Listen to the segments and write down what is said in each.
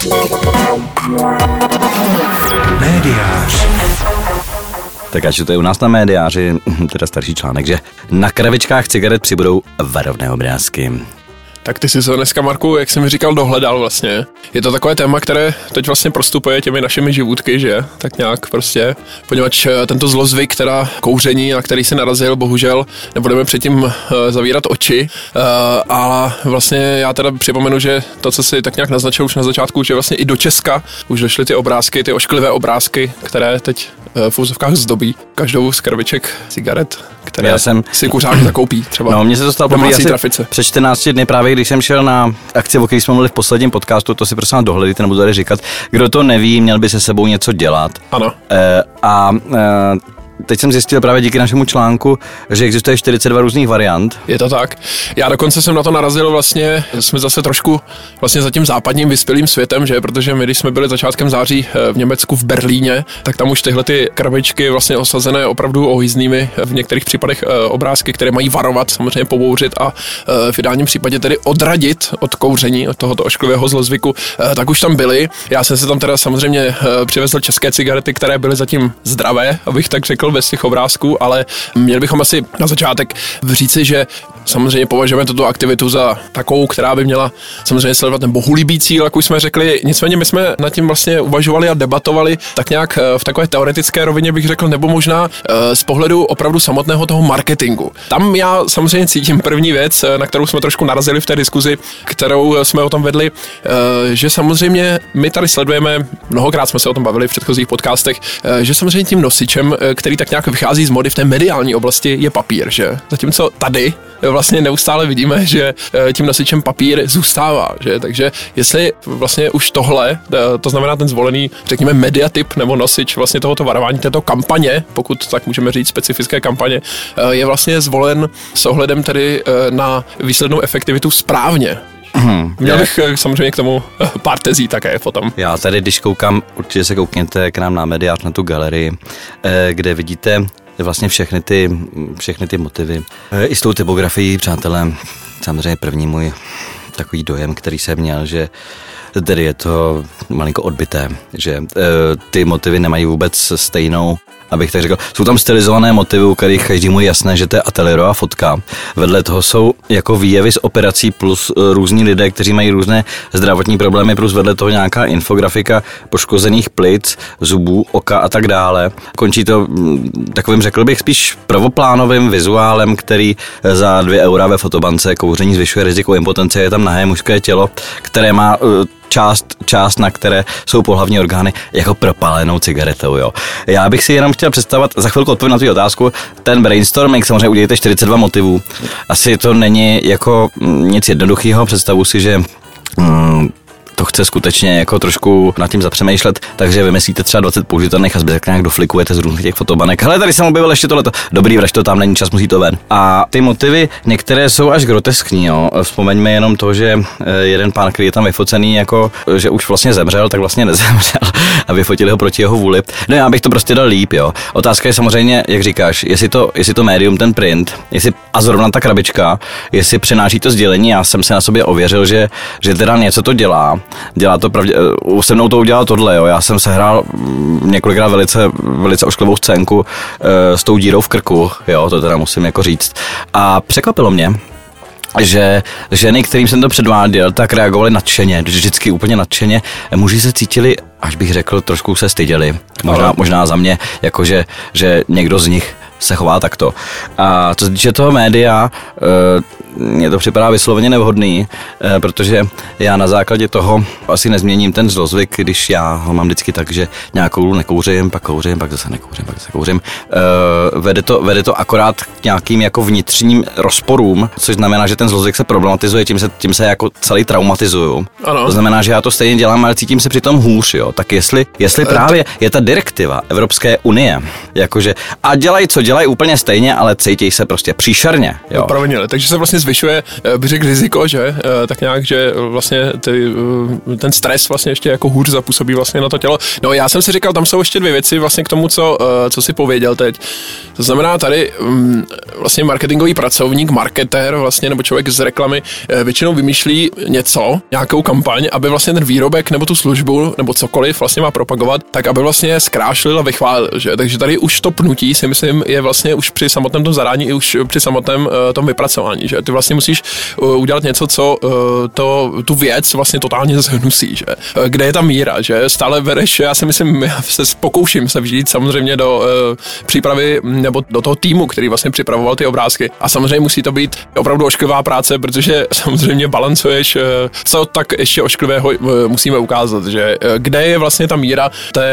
Médiář. Tak ať to je u nás na Médiáři, teda starší článek, že na krabičkách cigaret přibudou varovné obrázky. Tak ty jsi se dneska, Marku, jak jsem mi říkal, dohledal vlastně. Je to takové téma, které teď vlastně prostupuje těmi našimi živůtky, že? Tak nějak prostě, poněvadž tento zlozvyk, teda kouření, na který se narazil, bohužel nebudeme předtím zavírat oči, ale vlastně já teda připomenu, že to, co si tak nějak naznačil už na začátku, že vlastně i do Česka už došly ty obrázky, ty ošklivé obrázky, které teď v úzovkách zdobí každou z krabiček cigaret, které si kuřák zakoupí třeba. No, mně se to stalo poprvé asi před 14 dny právě, když jsem šel na akci, o které jsme mluvili v posledním podcastu, to si prosím dohledejte, nebudu tady říkat. Kdo to neví, měl by se sebou něco dělat. Ano. Teď jsem zjistil právě díky našemu článku, že existuje 42 různých variant. Je to tak. Já dokonce jsem na to narazil vlastně, jsme zase trošku vlastně za tím západním vyspělým světem, že? Protože my, když jsme byli začátkem září v Německu, v Berlíně, tak tam už tyhle ty krabičky vlastně osazené opravdu ohyznými, v některých případech obrázky, které mají varovat, samozřejmě pobouřit a v ideálním případě tedy odradit od kouření, od tohoto ošklivého zlozvyku, tak už tam byly. Já jsem se tam teda samozřejmě přivezl české cigarety, které byly zatím zdravé, abych tak řekl, bez těch obrázků, ale měli bychom asi na začátek říci, že samozřejmě považujeme tuto aktivitu za takovou, která by měla samozřejmě sledovat ten bohulibý cíl, jak už jsme řekli. Nicméně my jsme nad tím vlastně uvažovali a debatovali tak nějak v takové teoretické rovině, bych řekl, nebo možná z pohledu opravdu samotného toho marketingu. Tam já samozřejmě cítím první věc, na kterou jsme trošku narazili v té diskuzi, kterou jsme o tom vedli, že samozřejmě my tady sledujeme, mnohokrát jsme se o tom bavili v předchozích podcastech, že samozřejmě tím nosičem, který tak nějak vychází z mody v té mediální oblasti, je papír, že? Zatímco tady vlastně neustále vidíme, že tím nosičem papír zůstává, že? Takže jestli vlastně už tohle, to znamená ten zvolený, řekněme, mediatyp nebo nosič vlastně tohoto varování, této kampaně, pokud tak můžeme říct specifické kampaně, je vlastně zvolen s ohledem tedy na výslednou efektivitu správně. Měl bych samozřejmě k tomu pár tezí také potom. Já tady, když koukám, určitě se koukněte k nám na Médiář, na tu galerii, kde vidíte vlastně všechny ty motivy. I s tou typografií, přátelé, samozřejmě první můj takový dojem, který jsem měl, že tedy je to malinko odbité, že ty motivy nemají vůbec stejnou, abych tak řekl. Jsou tam stylizované motivy, u kterých každému je jasné, že to je ateliérová fotka. Vedle toho jsou jako výjevy z operací plus různí lidé, kteří mají různé zdravotní problémy, plus vedle toho nějaká infografika poškozených plic, zubů, oka a tak dále. Končí to takovým, řekl bych, spíš prvoplánovým vizuálem, který za 2 eura ve fotobance kouření zvyšuje riziko impotence. Je tam nahé mužské tělo, které má část, na které jsou pohlavní orgány, jako propálenou cigaretou, jo. Já bych si jenom chtěl představit, za chvilku odpověď na tu otázku, ten brainstorming, samozřejmě udělejte 42 motivů. Asi to není jako nic jednoduchého, představu si, že to chce skutečně jako trošku nad tím zapřemýšlet, takže vymyslíte třeba 20 použitelných a zbytek nějak doflikujete z různých těch fotobanek. Hele, tady jsem objevil ještě tohleto. Dobrý, vrať to tam, není čas, musí to ven. A ty motivy, některé jsou až groteskní, jo. Vzpomeňme jenom to, že jeden pán, který je tam vyfocený, jako, že už vlastně zemřel, tak vlastně nezemřel a vyfotili ho proti jeho vůli. No já bych to prostě dal líp, jo. Otázka je samozřejmě, jak říkáš, jestli to médium, ten print, a zrovna ta krabička, jestli přenáší to sdělení. Já jsem se na sobě ověřil, že teda něco to dělá to se mnou to udělalo tohle, jo. Já jsem sehrál několikrát velice ošklivou scénku s tou dírou v krku, jo, to teda musím jako říct. A překvapilo mě, že ženy, kterým jsem to předváděl, tak reagovaly nadšeně, vždycky úplně nadšeně. Muži se cítili, až bych řekl, trošku se styděli. Možná za mě, jakože že někdo z nich se chová takto. A co se týče toho média, mně to připadá vysloveně nevhodný, protože já na základě toho asi nezměním ten zlozvyk, když já ho mám vždycky tak, že nějakou dobu nekouřím, pak zase nekouřím, pak zase kouřím. Vede to akorát k nějakým jako vnitřním rozporům, což znamená, že ten zlozvyk se problematizuje, tím se jako celý traumatizuju. Ano. To znamená, že já to stejně dělám, ale cítím se přitom hůř, jo. Tak jestli právě je ta direktiva Evropské unie, jakože a dělají úplně stejně, ale cítěj se prostě příšerně, jo. Provinili, takže se vlastně zvyšuje, bych řekl, riziko, že tak nějak, že vlastně ten stres vlastně ještě jako hůř zapůsobí vlastně na to tělo. No já jsem si říkal, tam jsou ještě dvě věci vlastně k tomu, co si pověděl teď. To znamená tady vlastně marketingový pracovník, marketér vlastně, nebo člověk z reklamy většinou vymýšlí něco, nějakou kampaň, aby vlastně ten výrobek nebo tu službu nebo cokoliv vlastně má propagovat, tak aby vlastně zkrášlil a vychválil, že? Takže tady už to pnutí si myslím je vlastně už při samotném tom zadání i už při samotném tom vypracování, že? Ty vlastně musíš udělat něco, co tu věc vlastně totálně zhnusí, že? Kde je ta míra, že? Stále bereš, já si myslím, já se pokouším se vžít samozřejmě do přípravy nebo do toho týmu, který vlastně připravoval ty obrázky. A samozřejmě musí to být opravdu ošklivá práce, protože samozřejmě balancuješ, co tak ještě ošklivého musíme ukázat, že kde je vlastně ta míra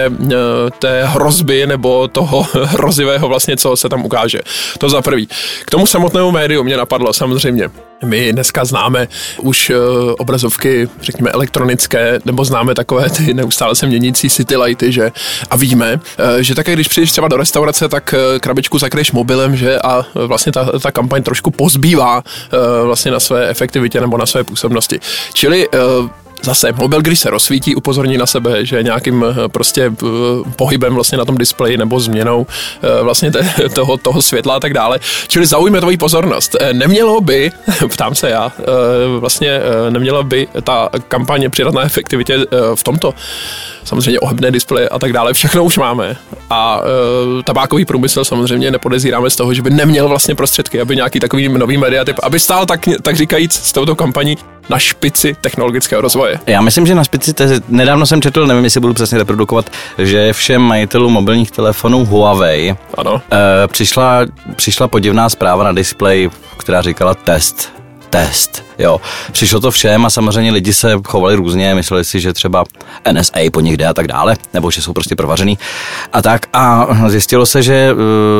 té hrozby nebo toho hrozivého vlastně, co se tam ukáže. To za prvý. K tomu samotnému médiu mě napadlo samozřejmě. My dneska známe už obrazovky, řekněme, elektronické, nebo známe takové ty neustále se měnící city lighty, že? A víme, že také když přijdeš třeba do restaurace, tak krabičku zakryješ mobilem, že? A vlastně ta kampaň trošku pozbývá vlastně na své efektivitě nebo na své působnosti. Čili zase mobil, když se rozsvítí, upozorní na sebe, že nějakým prostě pohybem vlastně na tom displeji nebo změnou vlastně toho světla a tak dále. Čili zaujme tvoji pozornost. Nemělo by, ptám se já, vlastně neměla by ta kampaně přidat na efektivitě v tomto. Samozřejmě ohebné displeje a tak dále, všechno už máme. A tabákový průmysl samozřejmě nepodezíráme z toho, že by neměl vlastně prostředky, aby nějaký takový nový mediatyp, aby stál tak říkajíc s touto kampaní na špici technologického rozvoje. Já myslím, že na špici, nedávno jsem četl, nevím, jestli budu přesně reprodukovat, že všem majitelům mobilních telefonů Huawei ano. Přišla podivná zpráva na displeji, která říkala test. Jo. Přišlo to všem a samozřejmě lidi se chovali různě, mysleli si, že třeba NSA po nich jde a tak dále, nebo že jsou prostě provařený a tak. A zjistilo se, že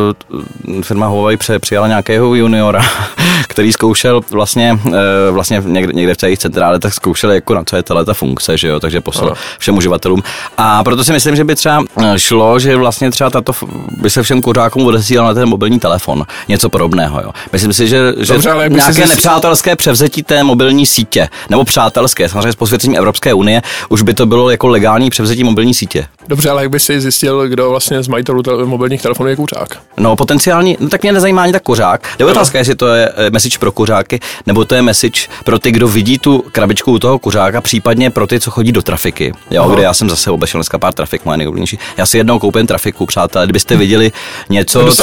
firma Huawei přijala nějakého juniora, který zkoušel vlastně někde v té jejich centrále, tak zkoušel, jako na co je ta funkce, že jo, takže poslal všem uživatelům. A proto si myslím, že by třeba šlo, že vlastně třeba tato by se všem kuřákům odesílal na ten mobilní telefon. Něco podobného, jo. Myslím si, že dobře, nějaké nepřátelské převzetí té mobilní sítě, nebo přátelské, samozřejmě s posvěcením Evropské unie, už by to bylo jako legální převzetí mobilní sítě. Dobře, ale jak by si zjistil, kdo vlastně z majitelů mobilních telefonů je kuřák? No potenciální, tak mě nezajímá ani tak kuřák. Nebo otázka, jestli to je message pro kuřáky, nebo to je message pro ty, kdo vidí tu krabičku u toho kuřáka, případně pro ty, co chodí do trafiky. Jo, kde já jsem zase obešel dneska pár trafik, moje nejoblíbenější. Já si jednou koupím trafiku, přátelé, kdybyste viděli něco,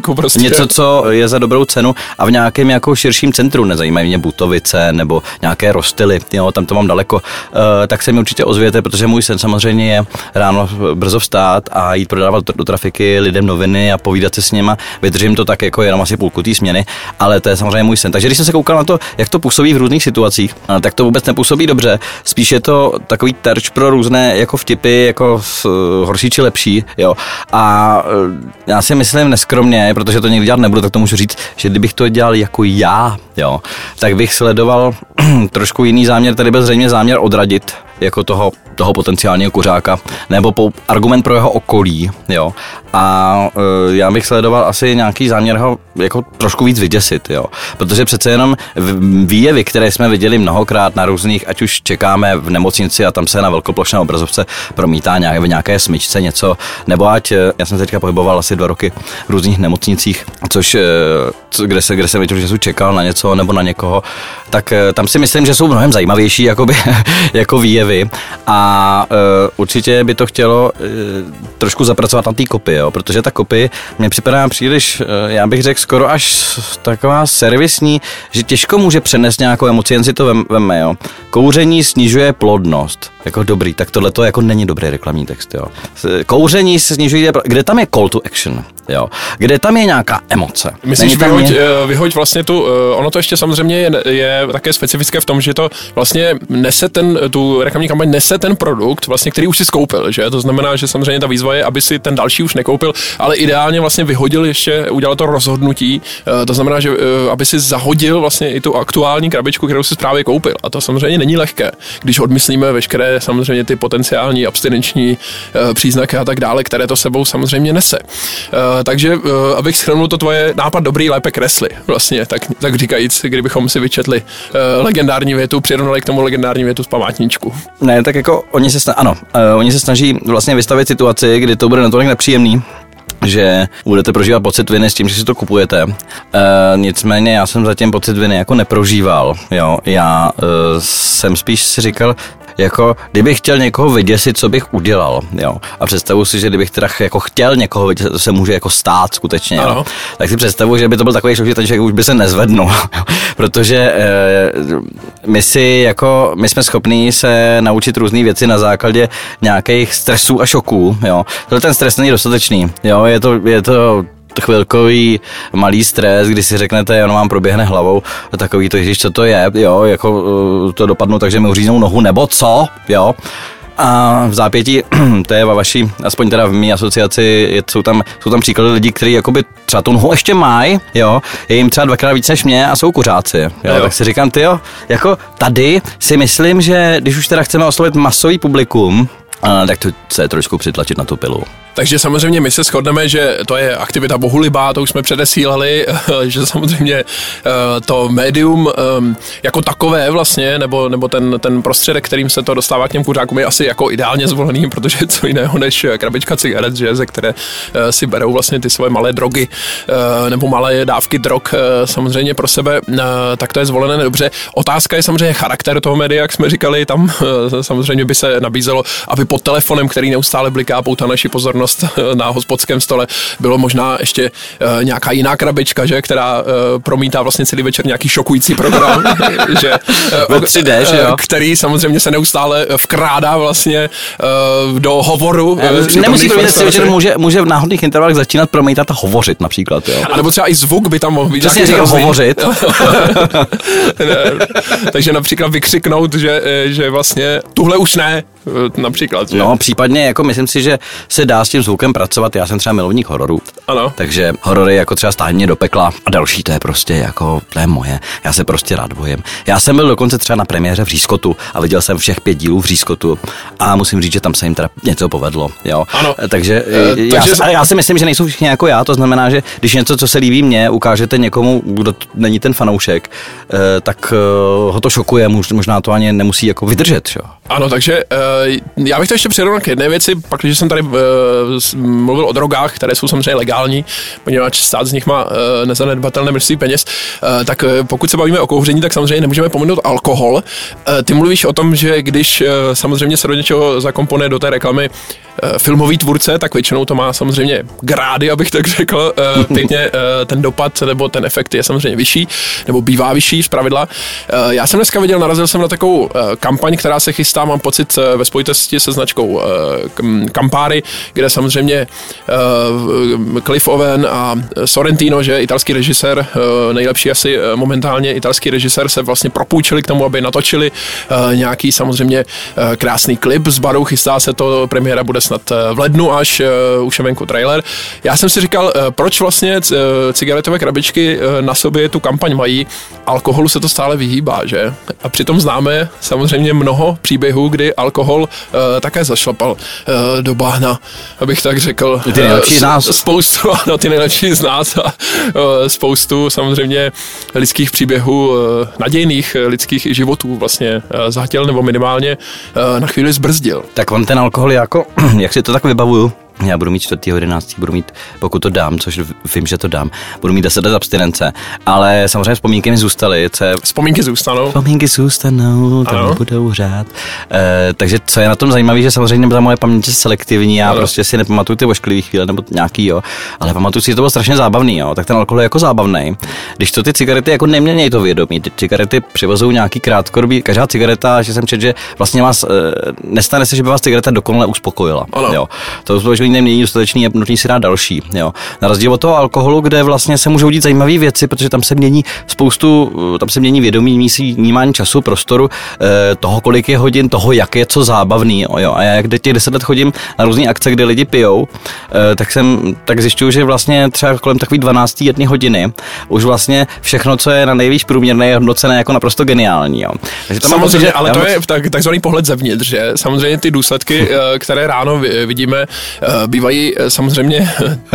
co je za dobrou cenu a v nějakém jako širším centru, nezajímají mě Butovice nebo nějaké Rostily, jo, tam to mám daleko, tak se mi určitě ozvěte, protože můj sen samozřejmě je ráno brzo vstát a jít prodávat do trafiky lidem noviny a povídat se s nima. Vydržím to tak jako jenom asi půlku té směny, ale to je samozřejmě můj sen. Takže když jsem se koukal na to, jak to působí v různých situacích, tak to vůbec nepůsobí dobře. Spíš je to takový terč pro různé jako vtipy, jako horší či lepší, jo. A já si myslím neskromně, protože to někdy dělat nebudu, tak to můžu říct, že kdybych to dělal jako já, jo, tak bych sledoval trošku jiný záměr, tady byl zřejmě záměr odradit jako toho potenciálního kuřáka, nebo argument pro jeho okolí, jo. A já bych sledoval asi nějaký záměr ho jako trošku víc vyděsit, jo. Protože přece jenom výjevy, které jsme viděli mnohokrát na různých, ať už čekáme v nemocnici a tam se na velkoplošné obrazovce promítá v nějaké smyčce něco, nebo ať, já jsem se teďka pohyboval asi 2 roky v různých nemocnicích, kde jsem většinou času čekal na něco nebo na někoho, tak tam si myslím, že jsou mnohem zajímavější jakoby, jako výjevy a určitě by to chtělo trošku zapracovat na té kopy, jo, protože ta kopy mě připadá příliš, já bych řekl skoro až taková servisní, že těžko může přenést nějakou emoci, jen si to veme, jo. Kouření snižuje plodnost. Jako dobrý, tak tohle to jako není dobrý reklamní text, jo. Kouření se snižuje, kde tam je call to action, jo. Kde tam je nějaká emoce. Myslíš, vyhoď vlastně ono to ještě samozřejmě je také specifické v tom, že to vlastně nese tu reklamní kampaň nese ten produkt, vlastně, který už si skoupil, že? To znamená, že samozřejmě ta výzva je, aby si ten další už nekoupil, ale ideálně vlastně vyhodil ještě, udělal to rozhodnutí, to znamená, že aby si zahodil vlastně i tu aktuální krabičku, kterou si právě koupil. A to samozřejmě není lehké, když odmyslíme veškeré samozřejmě ty potenciální abstinenční příznaky a tak dále, které to sebou samozřejmě nese. Takže abych shrnul to tvoje nápad dobrý, lépe kresly, vlastně, tak říkajíc, kdybychom si vyčetli legendární větu, přirovnali k tomu legendární větu z památníčku. Ne, tak jako oni se snaží vlastně vystavit situaci, kdy to bude natolik nepříjemný, že budete prožívat pocit viny s tím, že si to kupujete. Nicméně já jsem zatím pocit viny jako neprožíval. Jo? Já jsem spíš si říkal, jako kdybych chtěl někoho vyděsit, co bych udělal. Jo? A představuji si, že kdybych teda jako chtěl někoho vyděsit, to se může jako stát skutečně. Jo? Tak si představuji, že by to byl takový člověk, že už by se nezvednul. Protože my jsme schopní se naučit různé věci na základě nějakých stresů a šoků. Jo? Ten stres není dostatečný. Jo? Je to chvilkový malý stres, kdy si řeknete, ono vám proběhne hlavou takový to, ježiš, co to je, jo, jako to dopadnu tak, že mi uříznou nohu, nebo co, jo. A v zápětí, to je ve vaší, aspoň teda v mý asociaci, jsou tam příklady lidí, kteří jakoby třeba tu nohu ještě mají, jo, je jim třeba 2x víc než mě a jsou kuřáci, jo, tak si říkám, tyjo, jako tady si myslím, že když už teda chceme oslovit masový publikum, tak to se trošku přitlačit na tu pilu. Takže samozřejmě my se shodneme, že to je aktivita bohulibá, to už jsme předesílali, že samozřejmě to médium jako takové vlastně, nebo ten prostředek, kterým se to dostává k těm kuřákům, je asi jako ideálně zvolený, protože co jiného než krabička cigaret, že, ze které si berou vlastně ty svoje malé drogy nebo malé dávky drog samozřejmě pro sebe, tak to je zvolené dobře. Otázka je samozřejmě charakter toho média, jak jsme říkali, tam samozřejmě by se nabízelo, aby pod telefonem, který neustále bliká, poutá naši pozornost na hospodském stole, bylo možná ještě nějaká jiná krabička, že, která promítá vlastně celý večer nějaký šokující program, že, 3D, že jo? Který samozřejmě se neustále vkrádá vlastně do hovoru. Nemusí promítat celý večer, může v náhodných intervalech začínat promítat a hovořit například. Jo? A nebo třeba i zvuk by tam mohl být. Přesně říkám hovořit. Takže například vykřiknout, že vlastně tuhle už ne, například. Že? No, případně, jako myslím si, že se dá s tím zvukem pracovat. Já jsem třeba milovník hororů. Ano. Takže horory jako třeba Stáhni mě do pekla a další, to je prostě jako, to je moje. Já se prostě rád bojím. Já jsem byl dokonce třeba na premiéře v Řískotu a viděl jsem všech 5 dílů v Řískotu a musím říct, že tam se jim teda něco povedlo. Jo. Ano. Takže já si myslím, že nejsou všichni jako já, to znamená, že když něco, co se líbí mně, ukážete někomu, kdo není ten fanoušek, tak ho to šokuje, možná to ani nemusí jako vydržet. Jo. Ano, takže já bych to ještě přirovnal k jedné věci, pak když jsem tady mluvil o drogách, které jsou samozřejmě legální, poněvadž stát z nich má nezanedbatelné množství peněz, tak pokud se bavíme o kouření, tak samozřejmě nemůžeme pominout alkohol. Ty mluvíš o tom, že když samozřejmě se do něčeho zakomponuje do té reklamy filmový tvůrce, tak většinou to má samozřejmě grády, abych tak řekl, pěkně ten dopad nebo ten efekt je samozřejmě vyšší, nebo bývá vyšší zpravidla. Já jsem dneska viděl, narazil jsem na takovou kampaň, která se chystá, mám pocit, ve spojitosti se značkou Campari, kde samozřejmě Cliff Owen a Sorrentino, že italský režisér, nejlepší asi momentálně italský režisér, se vlastně propůjčili k tomu, aby natočili nějaký samozřejmě krásný klip z baru, chystá se to, premiéra bude snad v lednu, až už je venku trailer. Já jsem si říkal, proč vlastně cigaretové krabičky na sobě tu kampaň mají, alkoholu se to stále vyhýbá, že? A přitom známe samozřejmě mnoho příběhů, kdy alkohol také zašlapal do bahna, abych tak řekl. Ty nejlepší z nás. Spoustu, ano, ty nejlepší z nás a spoustu samozřejmě lidských příběhů, nadějných lidských životů vlastně zahtěl nebo minimálně na chvíli zbrzdil. Tak on ten alkohol jako, jak si to tak vybavuju, já budu mít 4.11, budu mít, pokud to dám, což vím, že to dám, budu mít 10 let abstinence, ale samozřejmě vzpomínky mi zůstaly. Vzpomínky zůstanou, tam budou řád. Takže co je na tom zajímavé, že samozřejmě ta moje paměť je selektivní, já prostě si nepamatuju ty ošklivý chvíle nebo nějaký, jo, ale pamatuju si, že to bylo strašně zábavný, jo, tak ten alkohol je jako zábavný. Když to ty cigarety jako nemění to vědomí, ty cigarety přivozují nějaký krátkodobý, každá cigareta, že jsem četl, že vlastně vás nestane se, že by vás cigareta dokonale uspokojila. Jo. To nikdy není dostatečný, je nutný si dát další. Jo. Na rozdíl od toho alkoholu, kde vlastně se můžou dít zajímavé věci, protože tam se mění vědomí, vnímání času, prostoru, toho, kolik je hodin, toho, jak je co zábavný. Jo. A já jak těch 10 let chodím na různé akce, kde lidi pijou, tak zjišťuju, že vlastně třeba kolem takový 12. jedné hodiny už vlastně všechno, co je na nejvíc průměrné, je hodnocené jako naprosto geniální. Jo. Takže to samozřejmě, ale to je takzvaný pohled zevnitř, že samozřejmě ty důsledky, které ráno vidíme, bývají samozřejmě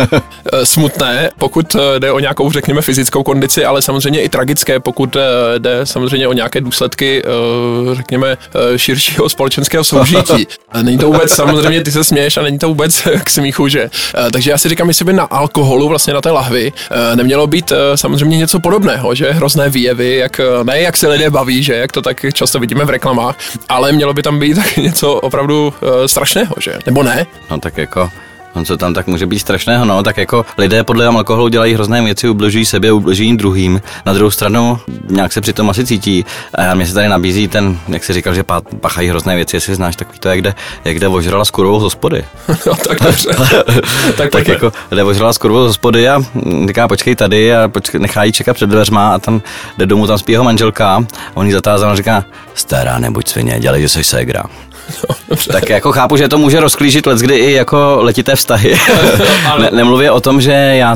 smutné, pokud jde o nějakou, řekněme, fyzickou kondici, ale samozřejmě i tragické, pokud jde samozřejmě o nějaké důsledky, řekněme, širšího společenského soužití. Není to vůbec, samozřejmě ty se směješ a není to vůbec k smíchu, že? Takže já si říkám, jestli by na alkoholu, vlastně na té lahvi, nemělo být samozřejmě něco podobného, že? Hrozné výjevy, jak se lidé baví, že? Jak to tak často vidíme v reklamách, ale mělo by tam být tak něco opravdu strašného, že? Nebo ne? No tak jako, co tam tak může být strašného, no, tak jako lidé pod vlivem alkoholu dělají hrozné věci, ubližují sebě, ubližují druhým. Na druhou stranu nějak se přitom asi cítí. A mě se tady nabízí ten, jak jsi říkal, že pachají hrozné věci, jestli znáš takový to, jak jde ožrala s kurvou z hospody. No tak dobře. tak jako jde ožrala s kurvou z hospody a říká počkej tady a nechá jí čekat před dveřma a tam jde domů, tam spí jeho manželka a on jí zatázal a říká stará, nebuď svině, dělej, že jsi ségra. No, tak jako chápu, že to může rozklížit leckdy i jako letité vztahy. Ale... Nemluvě o tom, že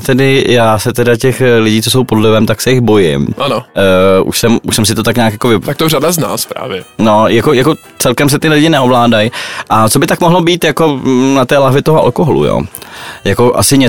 já se teda těch lidí, co jsou pod vlivem, tak se jich bojím. Ano. Už jsem si to tak nějak jako... Tak to řada z nás právě. No, jako celkem se ty lidi neovládají. A co by tak mohlo být jako na té lahvi toho alkoholu, jo? Jako asi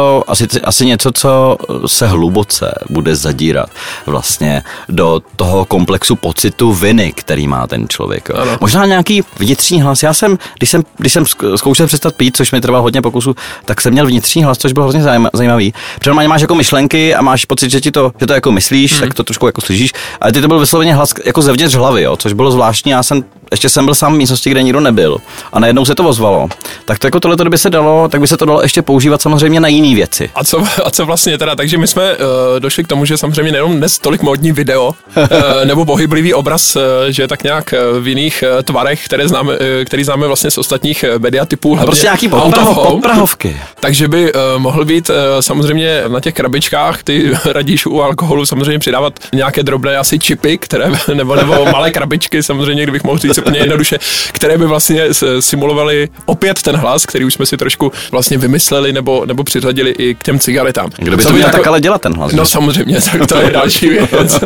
něco, co se hluboce bude zadírat vlastně do toho komplexu pocitu viny, který má ten člověk. Možná nějaký vnitřní hlas. Když jsem zkoušel přestat pít, což mi trvalo hodně pokusů, tak jsem měl vnitřní hlas, což bylo hrozně zajímavý. Protože máš jako myšlenky a máš pocit, že to jako myslíš, tak to trošku jako slyšíš, ale ty to byl vysloveně hlas jako zevnitř hlavy, jo, což bylo zvláštní. Ještě jsem byl sám v místnosti, kde nikdo nebyl. A najednou se to ozvalo. Tak to jako tohle by se dalo ještě používat samozřejmě na jiné věci. A co vlastně teda? Takže my jsme došli k tomu, že samozřejmě nejenom dnes tolik módní video nebo pohyblivý obraz, že tak nějak v jiných tvarech, který známe vlastně z ostatních mediatypů. A prostě nějaký podprahovky. Takže by mohl být samozřejmě na těch krabičkách, ty radíš u alkoholu samozřejmě přidávat nějaké drobné asi čipy, nebo malé krabičky, samozřejmě, kdybych mohl říct úplně jednoduše, které by vlastně simulovaly opět ten hlas, který už jsme si trošku vlastně vymysleli nebo přiřadili i k těm cigaretám. Kdo by to měl tak ale dělat ten hlas? No samozřejmě, tak to je další věc.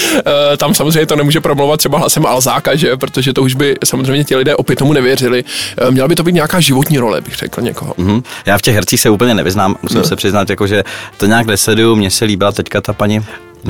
Tam samozřejmě to nemůže promlouvat třeba hlasem Alzáka, že? Protože to už by samozřejmě ti lidé opět tomu nevěřili. Měla by to být nějaká životní role, bych řekl někoho. Mm-hmm. Já v těch hercích se úplně nevyznám, musím se přiznat, jako, že to nějak nesleduju, mně se líbila teďka ta paní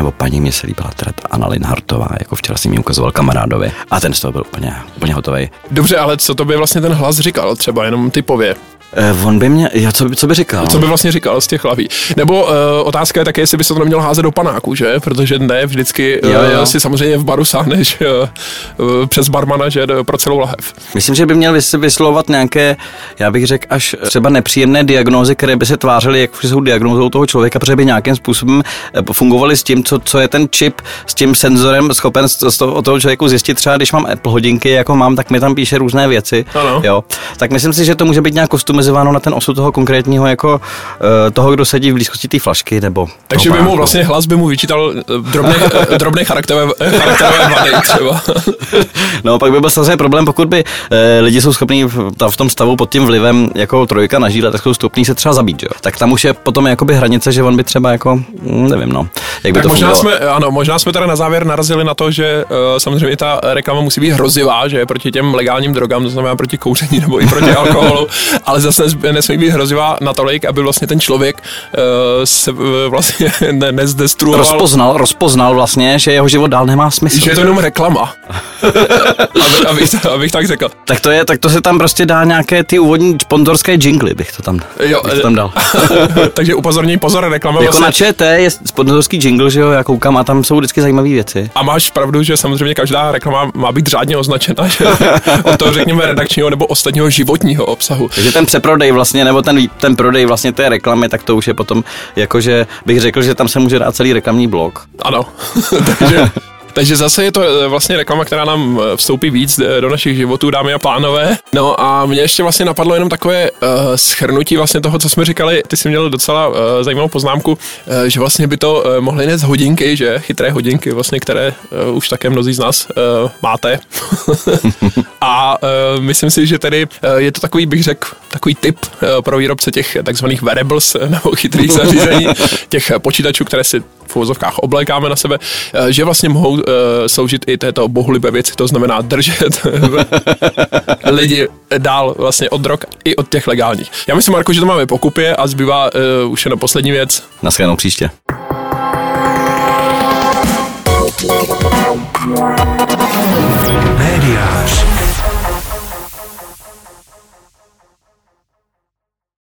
mě se líbila teda Anna Linhartová, jako včera si mi ukazoval kamarádovi a ten z toho byl úplně hotovej. Dobře, ale co to by vlastně ten hlas říkal, třeba jenom typově? On by mě, co by říkal? Co by vlastně říkal z těch hlaví? Nebo otázka je také, jestli by se to nemělo házet do panáku, že? Protože ne vždycky si samozřejmě v baru sáhneš přes barmana, že pro celou lahev. Myslím, že by měl vyslovovat nějaké, já bych řekl, až třeba nepříjemné diagnózy, které by se tvářily, jak jsou diagnózou toho člověka, protože by nějakým způsobem fungovaly s tím, co je ten čip, s tím senzorem schopen od toho člověku zjistit. Třeba když mám Apple hodinky, jako mám, tak mi tam píše různé věci. Ano. Jo. Tak myslím si, že to může být nějak kostumizováno na ten osud toho konkrétního, jako toho, kdo sedí v blízkosti té flašky, nebo... Takže by mu vlastně hlas by mu vyčítal drobné charakterové vady třeba. No, pak by byl samozřejmě problém, pokud by lidi jsou schopní v tom stavu pod tím vlivem jako trojka na žíle, tak jsou schopní se třeba zabít, jo. Tak tam už je potom jakoby hranice, že on by třeba jako, nevím, no. Jak by tak to možná jsme teda na závěr narazili na to, že samozřejmě ta reklama musí být hrozivá, že proti těm legálním drogám, to znamená proti kouření nebo i proti alkoholu, ale zase nesmí být hrozivá natolik, aby vlastně ten člověk se vlastně nezdestruoval. Rozpoznal vlastně, že jeho život dál nemá smysl. Že je to jenom reklama. abych tak řekl. Tak to se tam prostě dá nějaké ty úvodní sponzorské jingly, bych to tam dal. Takže upozornění, pozor, reklama. Jako vlastně... na ČT je sponzorský jingle, že jo, já koukám a tam jsou vždycky zajímavé věci. A máš pravdu, že samozřejmě každá reklama má být řádně označena, že od toho řekněme redakčního nebo ostatního životního obsahu. Takže ten přeprodej vlastně, nebo ten prodej vlastně té reklamy, tak to už je potom, jakože bych řekl, že tam se může dát celý reklamní blok. Ano, Takže zase je to vlastně reklama, která nám vstoupí víc do našich životů, dámy a pánové. No a mě ještě vlastně napadlo jenom takové shrnutí vlastně toho, co jsme říkali. Ty jsi měl docela zajímavou poznámku, že vlastně by to mohly nést hodinky, že chytré hodinky, vlastně, které už také mnozí z nás máte. A myslím si, že tedy je to takový, bych řekl, takový tip pro výrobce těch takzvaných wearables nebo chytrých zařízení, těch počítačů, které si v uvozovkách oblékáme na sebe, že vlastně mohou sloužit i této bohulibé věci, to znamená držet lidi dál vlastně od drog i od těch legálních. Já myslím, Marko, že to máme po kupě a zbývá už jen poslední věc. Naschledanou příště. Médiář.